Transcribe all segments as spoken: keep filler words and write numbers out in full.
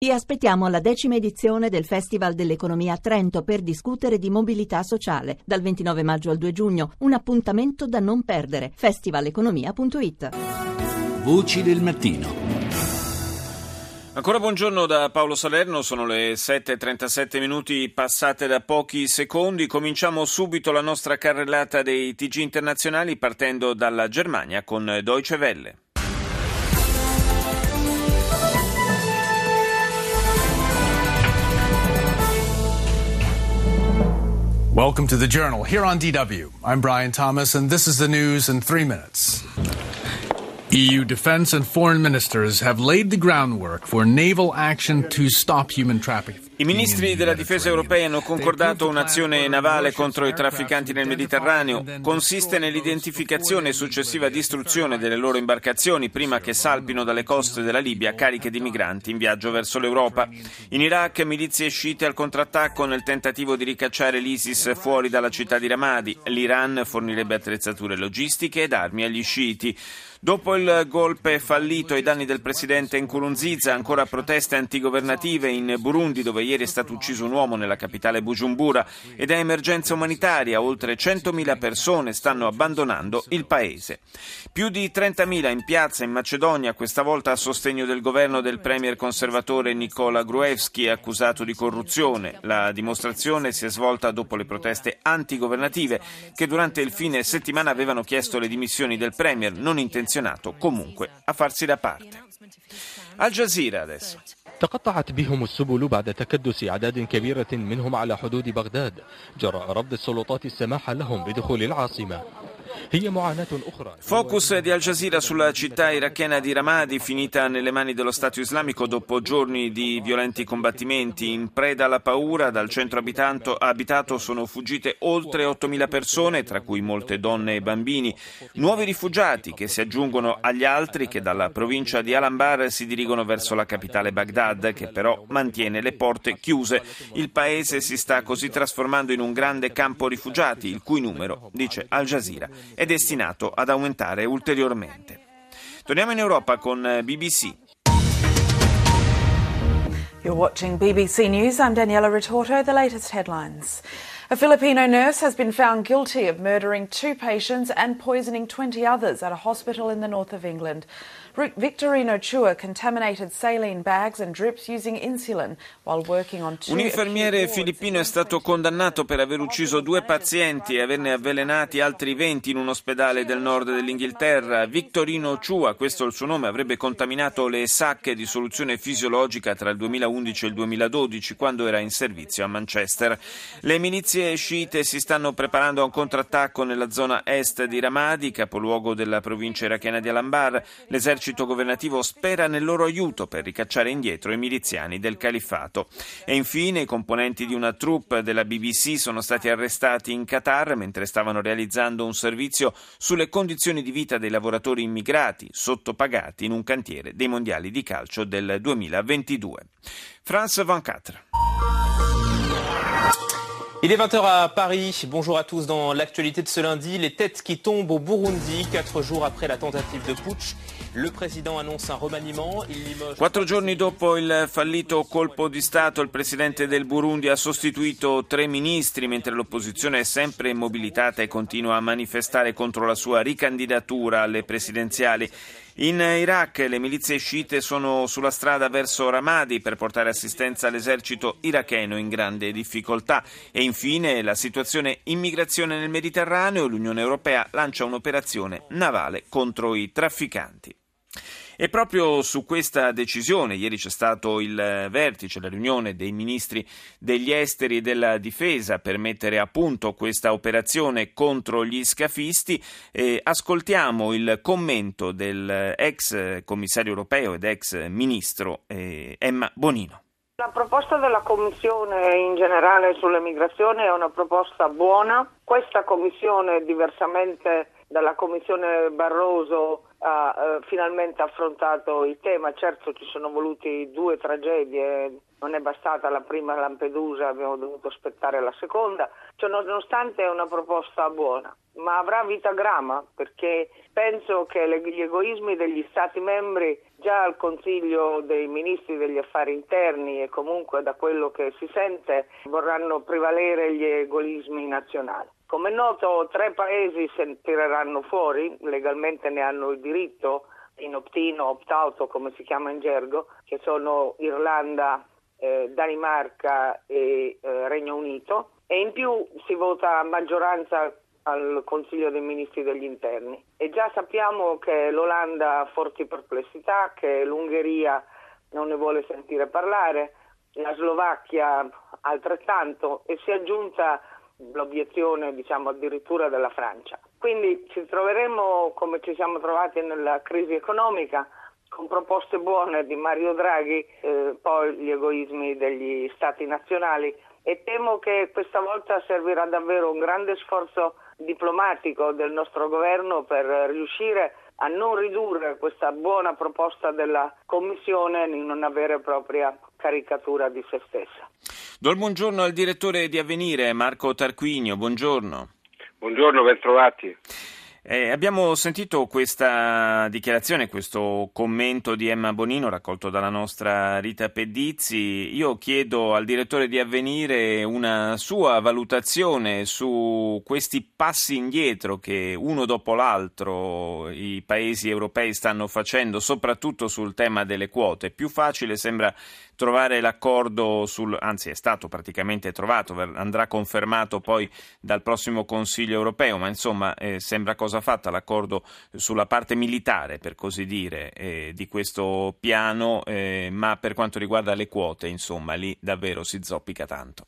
Vi aspettiamo alla decima edizione del Festival dell'Economia a Trento per discutere di mobilità sociale. Dal ventinove maggio al due giugno, un appuntamento da non perdere. festivaleconomia punto it. Voci del mattino. Ancora buongiorno da Paolo Salerno, sono le sette e trentasette minuti passate da pochi secondi. Cominciamo subito la nostra carrellata dei T G internazionali partendo dalla Germania con Deutsche Welle. Welcome to the Journal here on D W. I'm Brian Thomas, and this is the news in three minutes. E U defense and foreign ministers have laid the groundwork for naval action to stop human trafficking. I ministri della difesa europei hanno concordato un'azione navale contro i trafficanti nel Mediterraneo. Consiste nell'identificazione e successiva distruzione delle loro imbarcazioni prima che salpino dalle coste della Libia cariche di migranti in viaggio verso l'Europa. In Iraq, milizie sciite al contrattacco nel tentativo di ricacciare l'ISIS fuori dalla città di Ramadi. L'Iran fornirebbe attrezzature logistiche ed armi agli sciiti. Dopo il golpe fallito ai danni del presidente Nkurunziza, ancora proteste antigovernative in Burundi, dove ieri è stato ucciso un uomo nella capitale Bujumbura, ed è emergenza umanitaria. Oltre centomila persone stanno abbandonando il paese. Più di trentamila in piazza in Macedonia, questa volta a sostegno del governo del premier conservatore Nikola Gruevski, accusato di corruzione. La dimostrazione si è svolta dopo le proteste antigovernative che durante il fine settimana avevano chiesto le dimissioni del premier, non intenzionato comunque a farsi da parte. Al Jazeera adesso. تقطعت بهم السبل بعد تكدس أعداد كبيرة منهم على حدود بغداد جراء رفض السلطات السماح لهم بدخول العاصمة. Focus di Al Jazeera sulla città irachena di Ramadi, finita nelle mani dello Stato islamico dopo giorni di violenti combattimenti. In preda alla paura, dal centro abitato, abitato sono fuggite oltre ottomila persone, tra cui molte donne e bambini. Nuovi rifugiati che si aggiungono agli altri che dalla provincia di Al-Anbar si dirigono verso la capitale Baghdad, che però mantiene le porte chiuse. Il paese si sta così trasformando in un grande campo rifugiati, il cui numero, dice Al Jazeera, è destinato ad aumentare ulteriormente. Torniamo in Europa con B B C. You're watching B B C News. I'm Daniela Retorto. The latest headlines. A Filipino nurse has been found guilty of murdering two patients and poisoning twenty others at a hospital in the north of England. Victorino Chua contaminated saline bags and drips using insulin while working on two. Un infermiere filippino è stato condannato per aver ucciso due pazienti e averne avvelenati altri venti in un ospedale del nord dell'Inghilterra. Victorino Chua, questo è il suo nome, avrebbe contaminato le sacche di soluzione fisiologica tra il duemilaundici e il duemiladodici, quando era in servizio a Manchester. Le milizie sciite si stanno preparando a un contrattacco nella zona est di Ramadi, capoluogo della provincia irachena di Al-Anbar. L'esercito L'esercito governativo spera nel loro aiuto per ricacciare indietro i miliziani del califfato. E infine i componenti di una troupe della B B C sono stati arrestati in Qatar mentre stavano realizzando un servizio sulle condizioni di vita dei lavoratori immigrati sottopagati in un cantiere dei mondiali di calcio del duemilaventidue. France ventiquattro. Il est vingt heures à Paris. Bonjour à tous. Dans l'actualité de ce lundi, les têtes qui tombent au Burundi, quatre jours après la tentative de putsch. Le président annonce un remaniement. Il limoge... Quattro giorni dopo il fallito colpo di Stato, il presidente del Burundi ha sostituito tre ministri, mentre l'opposizione è sempre mobilitata e continua a manifestare contro la sua ricandidatura alle presidenziali. In Iraq le milizie sciite sono sulla strada verso Ramadi per portare assistenza all'esercito iracheno in grande difficoltà. E infine la situazione immigrazione nel Mediterraneo. L'Unione Europea lancia un'operazione navale contro i trafficanti. E proprio su questa decisione, ieri c'è stato il vertice, la riunione dei ministri degli esteri e della difesa per mettere a punto questa operazione contro gli scafisti. Eh, ascoltiamo il commento del ex commissario europeo ed ex ministro eh, Emma Bonino. La proposta della Commissione in generale sulle migrazioni è una proposta buona. Questa Commissione, diversamente dalla Commissione Barroso, ha eh, finalmente affrontato il tema. Certo, ci sono voluti due tragedie, non è bastata la prima Lampedusa, abbiamo dovuto aspettare la seconda. Cioè, nonostante è una proposta buona, ma avrà vita grama, perché penso che le, gli egoismi degli Stati membri già al Consiglio dei Ministri degli Affari Interni e comunque da quello che si sente vorranno prevalere gli egoismi nazionali. Come è noto, tre paesi se tireranno fuori, legalmente ne hanno il diritto, in opt-in o opt-out come si chiama in gergo, che sono Irlanda, eh, Danimarca e eh, Regno Unito, e in più si vota a maggioranza al Consiglio dei Ministri degli Interni. E già sappiamo che l'Olanda ha forti perplessità, che l'Ungheria non ne vuole sentire parlare, la Slovacchia altrettanto, e si è aggiunta l'obiezione, diciamo, addirittura della Francia. Quindi ci troveremo come ci siamo trovati nella crisi economica, con proposte buone di Mario Draghi, eh, poi gli egoismi degli Stati nazionali, e temo che questa volta servirà davvero un grande sforzo diplomatico del nostro governo per riuscire a non ridurre questa buona proposta della Commissione in una vera e propria caricatura di se stessa. Do il buongiorno al direttore di Avvenire, Marco Tarquinio. Buongiorno. Buongiorno, ben trovati. Eh, abbiamo sentito questa dichiarazione, questo commento di Emma Bonino raccolto dalla nostra Rita Pedizzi. Io chiedo al direttore di Avvenire una sua valutazione su questi passi indietro che uno dopo l'altro i paesi europei stanno facendo, soprattutto sul tema delle quote. Più facile sembra trovare l'accordo sul, anzi è stato praticamente trovato, andrà confermato poi dal prossimo Consiglio europeo, ma insomma eh, sembra cosa fatta l'accordo sulla parte militare, per così dire, eh, di questo piano, eh, ma per quanto riguarda le quote, insomma, lì davvero si zoppica tanto.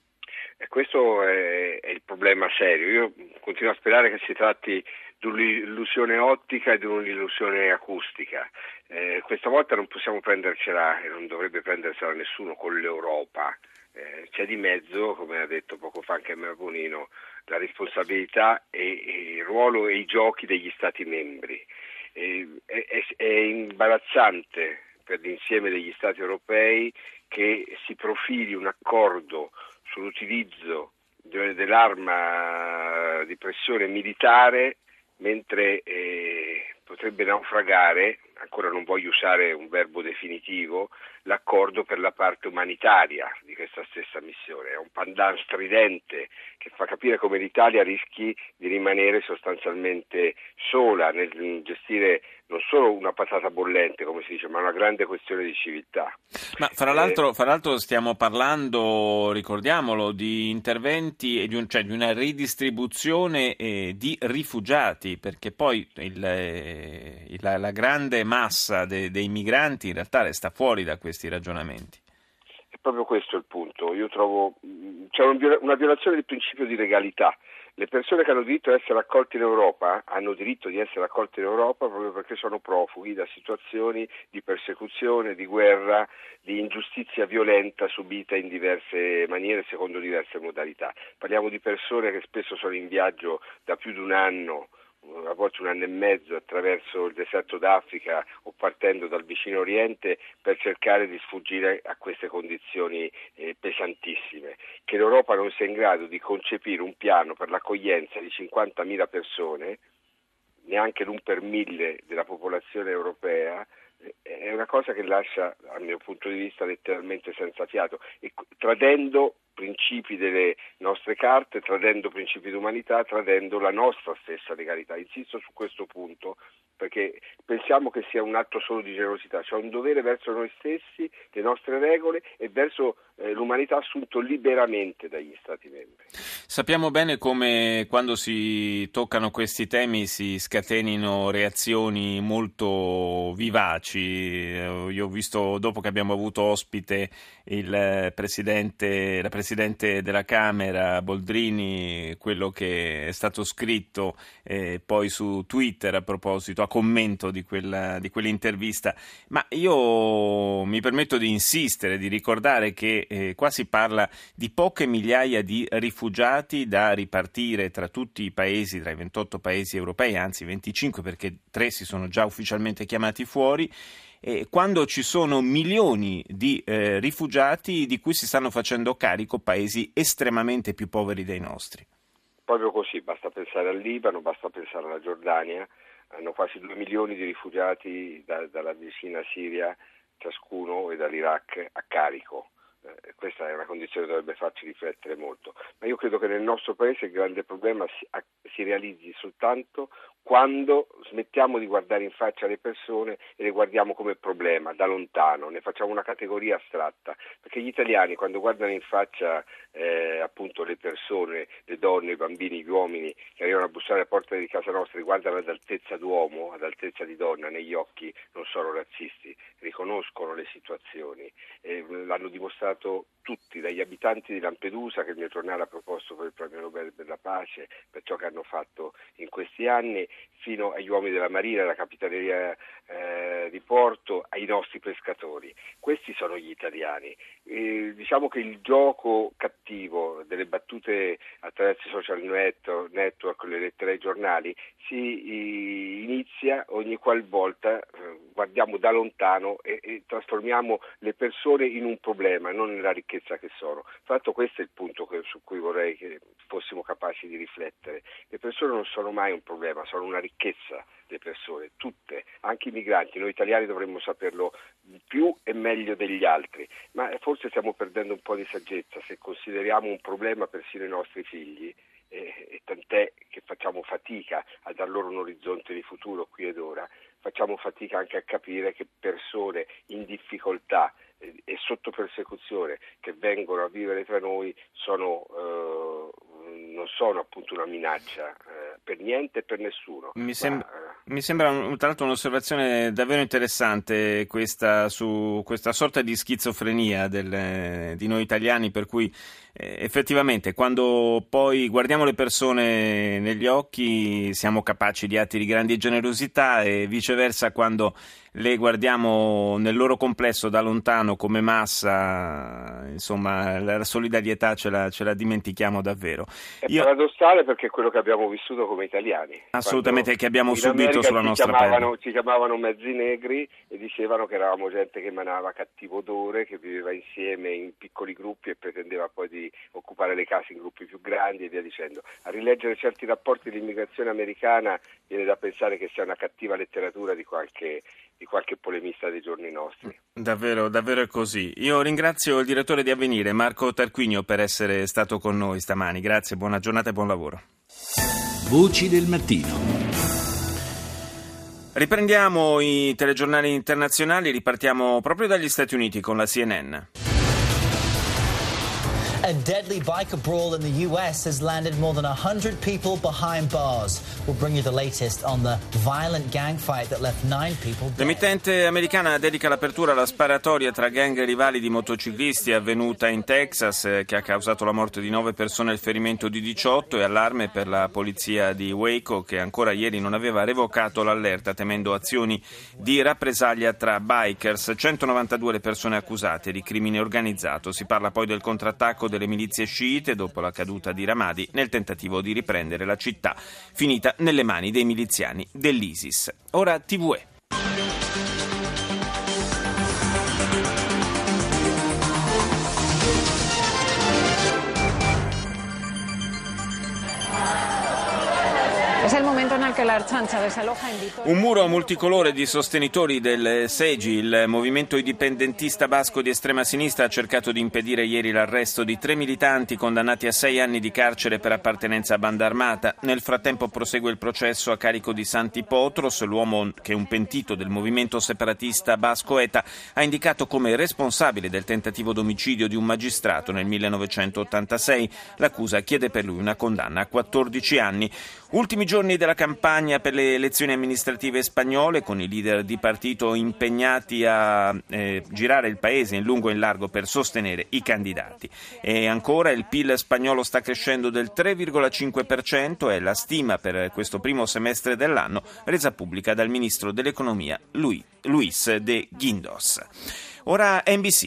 E questo è, è il problema serio. Io continuo a sperare che si tratti di un'illusione ottica e di un'illusione acustica. Eh, questa volta non possiamo prendercela, e non dovrebbe prendersela nessuno, con l'Europa. Eh, c'è di mezzo, come ha detto poco fa anche Emma Bonino, la responsabilità e, e il ruolo e i giochi degli Stati membri. Eh, è, è, è imbarazzante per l'insieme degli Stati europei che si profili un accordo sull'utilizzo dell'arma di pressione militare mentre eh, potrebbe naufragare, ancora non voglio usare un verbo definitivo, l'accordo per la parte umanitaria di questa stessa missione. È un pandan stridente che fa capire come l'Italia rischi di rimanere sostanzialmente sola nel gestire non solo una patata bollente, come si dice, ma una grande questione di civiltà. Ma fra l'altro, eh, fra l'altro stiamo parlando, ricordiamolo, di interventi e di, un, cioè di una ridistribuzione eh, di rifugiati, perché poi il, eh, la, la grande massa de, dei migranti in realtà resta fuori da questi ragionamenti. È proprio questo il punto. Io trovo c'è una violazione del principio di legalità. Le persone che hanno diritto di essere accolte in Europa hanno diritto di essere accolte in Europa proprio perché sono profughi da situazioni di persecuzione, di guerra, di ingiustizia violenta subita in diverse maniere, secondo diverse modalità. Parliamo di persone che spesso sono in viaggio da più di un anno, a volte un anno e mezzo, attraverso il deserto d'Africa o partendo dal vicino Oriente per cercare di sfuggire a queste condizioni eh, pesantissime. Che l'Europa non sia in grado di concepire un piano per l'accoglienza di cinquantamila persone, neanche l'un per mille della popolazione europea, è una cosa che lascia, dal mio punto di vista, letteralmente senza fiato, e tradendo principi delle nostre carte, tradendo principi di umanità, tradendo la nostra stessa legalità. Insisto su questo punto perché pensiamo che sia un atto solo di generosità, cioè un dovere verso noi stessi, le nostre regole e verso eh, l'umanità assunto liberamente dagli Stati membri. Sappiamo bene come quando si toccano questi temi si scatenino reazioni molto vivaci. Io ho visto, dopo che abbiamo avuto ospite il presidente, la Presidente Presidente della Camera Boldrini, quello che è stato scritto eh, poi su Twitter a proposito, a commento di quella, di quell'intervista. Ma io mi permetto di insistere, di ricordare che eh, qua si parla di poche migliaia di rifugiati da ripartire tra tutti i paesi, tra i ventotto paesi europei, anzi venticinque, perché tre si sono già ufficialmente chiamati fuori, e quando ci sono milioni di eh, rifugiati di cui si stanno facendo carico paesi estremamente più poveri dei nostri. Proprio così, basta pensare al Libano, basta pensare alla Giordania, hanno quasi due milioni di rifugiati da, dalla vicina Siria ciascuno e dall'Iraq a carico. Eh, questa è una condizione che dovrebbe farci riflettere molto, ma io credo che nel nostro paese il grande problema si, a, si realizzi soltanto quando smettiamo di guardare in faccia le persone e le guardiamo come problema, da lontano, ne facciamo una categoria astratta, perché gli italiani quando guardano in faccia eh, appunto le persone, le donne, i bambini, gli uomini che arrivano a bussare alle porte di casa nostra e guardano ad altezza d'uomo, ad altezza di donna, negli occhi non sono razzisti, riconoscono le situazioni, eh, l'hanno dimostrato tutti, dagli abitanti di Lampedusa che il mio giornale ha proposto per il premio Nobel per la pace, per ciò che hanno fatto in questi anni, fino agli uomini della Marina, alla Capitaneria eh, di Porto, ai nostri pescatori. Questi sono gli italiani. Eh, diciamo che il gioco cattivo delle battute attraverso i social network, network le lettere ai giornali, si eh, inizia ogni qualvolta eh, guardiamo da lontano e, e trasformiamo le persone in un problema, non nella ricchezza che sono. Fatto questo è il punto che, su cui vorrei che fossimo capaci di riflettere. Le persone non sono mai un problema, sono una ricchezza, le persone, tutte, anche i migranti. Noi italiani dovremmo saperlo più e meglio degli altri, ma forse stiamo perdendo un po' di saggezza se consideriamo un problema persino i nostri figli, e, e tant'è che facciamo fatica a dar loro un orizzonte di futuro qui ed ora, facciamo fatica anche a capire che persone in difficoltà e, e sotto persecuzione che vengono a vivere tra noi sono eh, non sono appunto una minaccia eh, per niente e per nessuno. Mi, sem- ma, eh, mi sembra un, tra l'altro un'osservazione davvero interessante questa su questa sorta di schizofrenia del, di noi italiani, per cui eh, effettivamente quando poi guardiamo le persone negli occhi siamo capaci di atti di grande generosità e viceversa quando le guardiamo nel loro complesso da lontano come massa, insomma la solidarietà ce la, ce la dimentichiamo davvero. È Io... paradossale perché è quello che abbiamo vissuto come italiani. Assolutamente, che abbiamo in subito America sulla ci nostra chiamavano, pelle. ci chiamavano mezzi negri e dicevano che eravamo gente che emanava cattivo odore, che viveva insieme in piccoli gruppi e pretendeva poi di occupare le case in gruppi più grandi e via dicendo. A rileggere certi rapporti dell'immigrazione americana viene da pensare che sia una cattiva letteratura di qualche di qualche polemista dei giorni nostri. Davvero, davvero è così. Io ringrazio il direttore di Avvenire, Marco Tarquinio, per essere stato con noi stamani. Grazie, buona giornata e buon lavoro. Voci del mattino. Riprendiamo i telegiornali internazionali, ripartiamo proprio dagli Stati Uniti con la C N N. A deadly biker brawl in the U S has landed more than one hundred people behind bars. We'll bring you the latest on the violent gang fight that left nine people dead. L'emittente americana dedica l'apertura alla sparatoria tra gang rivali di motociclisti avvenuta in Texas, che ha causato la morte di nove persone e il ferimento di diciotto, e allarme per la polizia di Waco, che ancora ieri non aveva revocato l'allerta temendo azioni di rappresaglia tra bikers. centonovantadue le persone accusate di crimine organizzato. Si parla poi del contrattacco delle milizie sciite dopo la caduta di Ramadi nel tentativo di riprendere la città finita nelle mani dei miliziani dell'ISIS. Ora T V E. Un muro multicolore di sostenitori del S E G I, il movimento indipendentista basco di estrema sinistra, ha cercato di impedire ieri l'arresto di tre militanti condannati a sei anni di carcere per appartenenza a banda armata. Nel frattempo prosegue il processo a carico di Santi Potros, l'uomo che un pentito del movimento separatista basco E T A ha indicato come responsabile del tentativo d'omicidio di un magistrato nel millenovecentottantasei. L'accusa chiede per lui una condanna a quattordici anni. Ultimi giorni della campagna campagna per le elezioni amministrative spagnole, con i leader di partito impegnati a eh, girare il paese in lungo e in largo per sostenere i candidati. E ancora il P I L spagnolo sta crescendo del tre virgola cinque per cento, è la stima per questo primo semestre dell'anno resa pubblica dal ministro dell'economia Luis de Guindos. Ora N B C.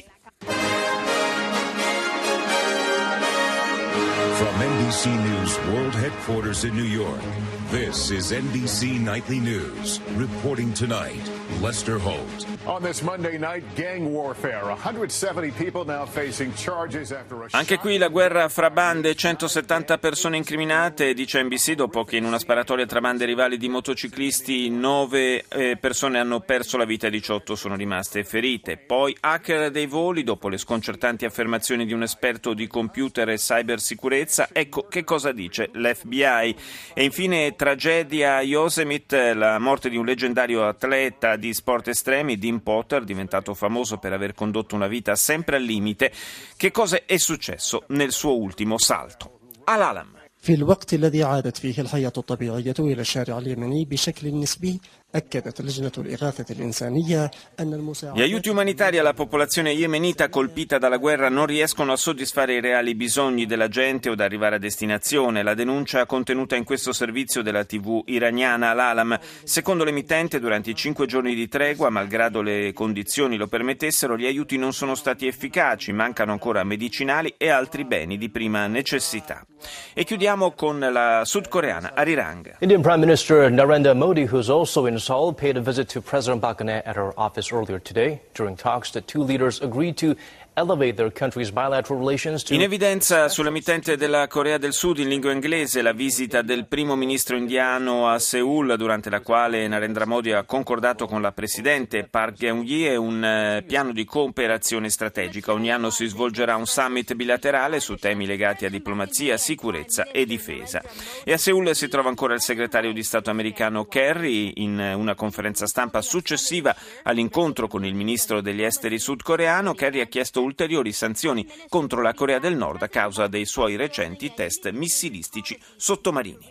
From N B C News World Headquarters in New York, this is N B C Nightly News. Reporting tonight, Lester Holt. On this Monday night, gang warfare. one hundred seventy people now facing charges after a Anche qui la guerra fra bande, centosettanta persone incriminate, dice N B C, dopo che in una sparatoria tra bande rivali di motociclisti nove eh, persone hanno perso la vita e diciotto sono rimaste ferite. Poi hacker dei voli, dopo le sconcertanti affermazioni di un esperto di computer e cybersicurezza. Ecco che cosa dice l'F B I. E infine tragedia a Yosemite, la morte di un leggendario atleta di sport estremi, Dean Potter, diventato famoso per aver condotto una vita sempre al limite. Che cosa è successo nel suo ultimo salto? Al-Alam. في الوقت الذي عادت فيه الحياة الطبيعية إلى الشارع اليمني بشكل نسبي أكدت لجنة الإغاثة الإنسانية أن المساعدات. Gli aiuti umanitari alla popolazione yemenita colpita dalla guerra non riescono a soddisfare i reali bisogni della gente o ad arrivare a destinazione. La denuncia contenuta in questo servizio della tivù iraniana Al-Alam. Secondo l'emittente, durante i cinque giorni di tregua, malgrado le condizioni lo permettessero, gli aiuti non sono stati efficaci, mancano ancora medicinali e altri beni di prima necessità. E chiudiamo con la sudcoreana Arirang. Indian Prime Minister Narendra Modi, who's also in Seoul, paid a visit to President Park Geun-hye at her office earlier today. During talks, the two leaders agreed to elevate their countries' bilateral relations to... In evidenza sull'emittente della Corea del Sud in lingua inglese la visita del primo ministro indiano a Seoul, durante la quale Narendra Modi ha concordato con la presidente Park Geun-hye un eh, piano di cooperazione strategica. Ogni anno si svolgerà un summit bilaterale su temi legati a diplomazia, sicurezza e difesa. E a Seoul si trova ancora il segretario di Stato americano Kerry in una conferenza stampa successiva all'incontro con il ministro degli esteri sudcoreano. Kerry ha chiesto ulteriori sanzioni contro la Corea del Nord a causa dei suoi recenti test missilistici sottomarini.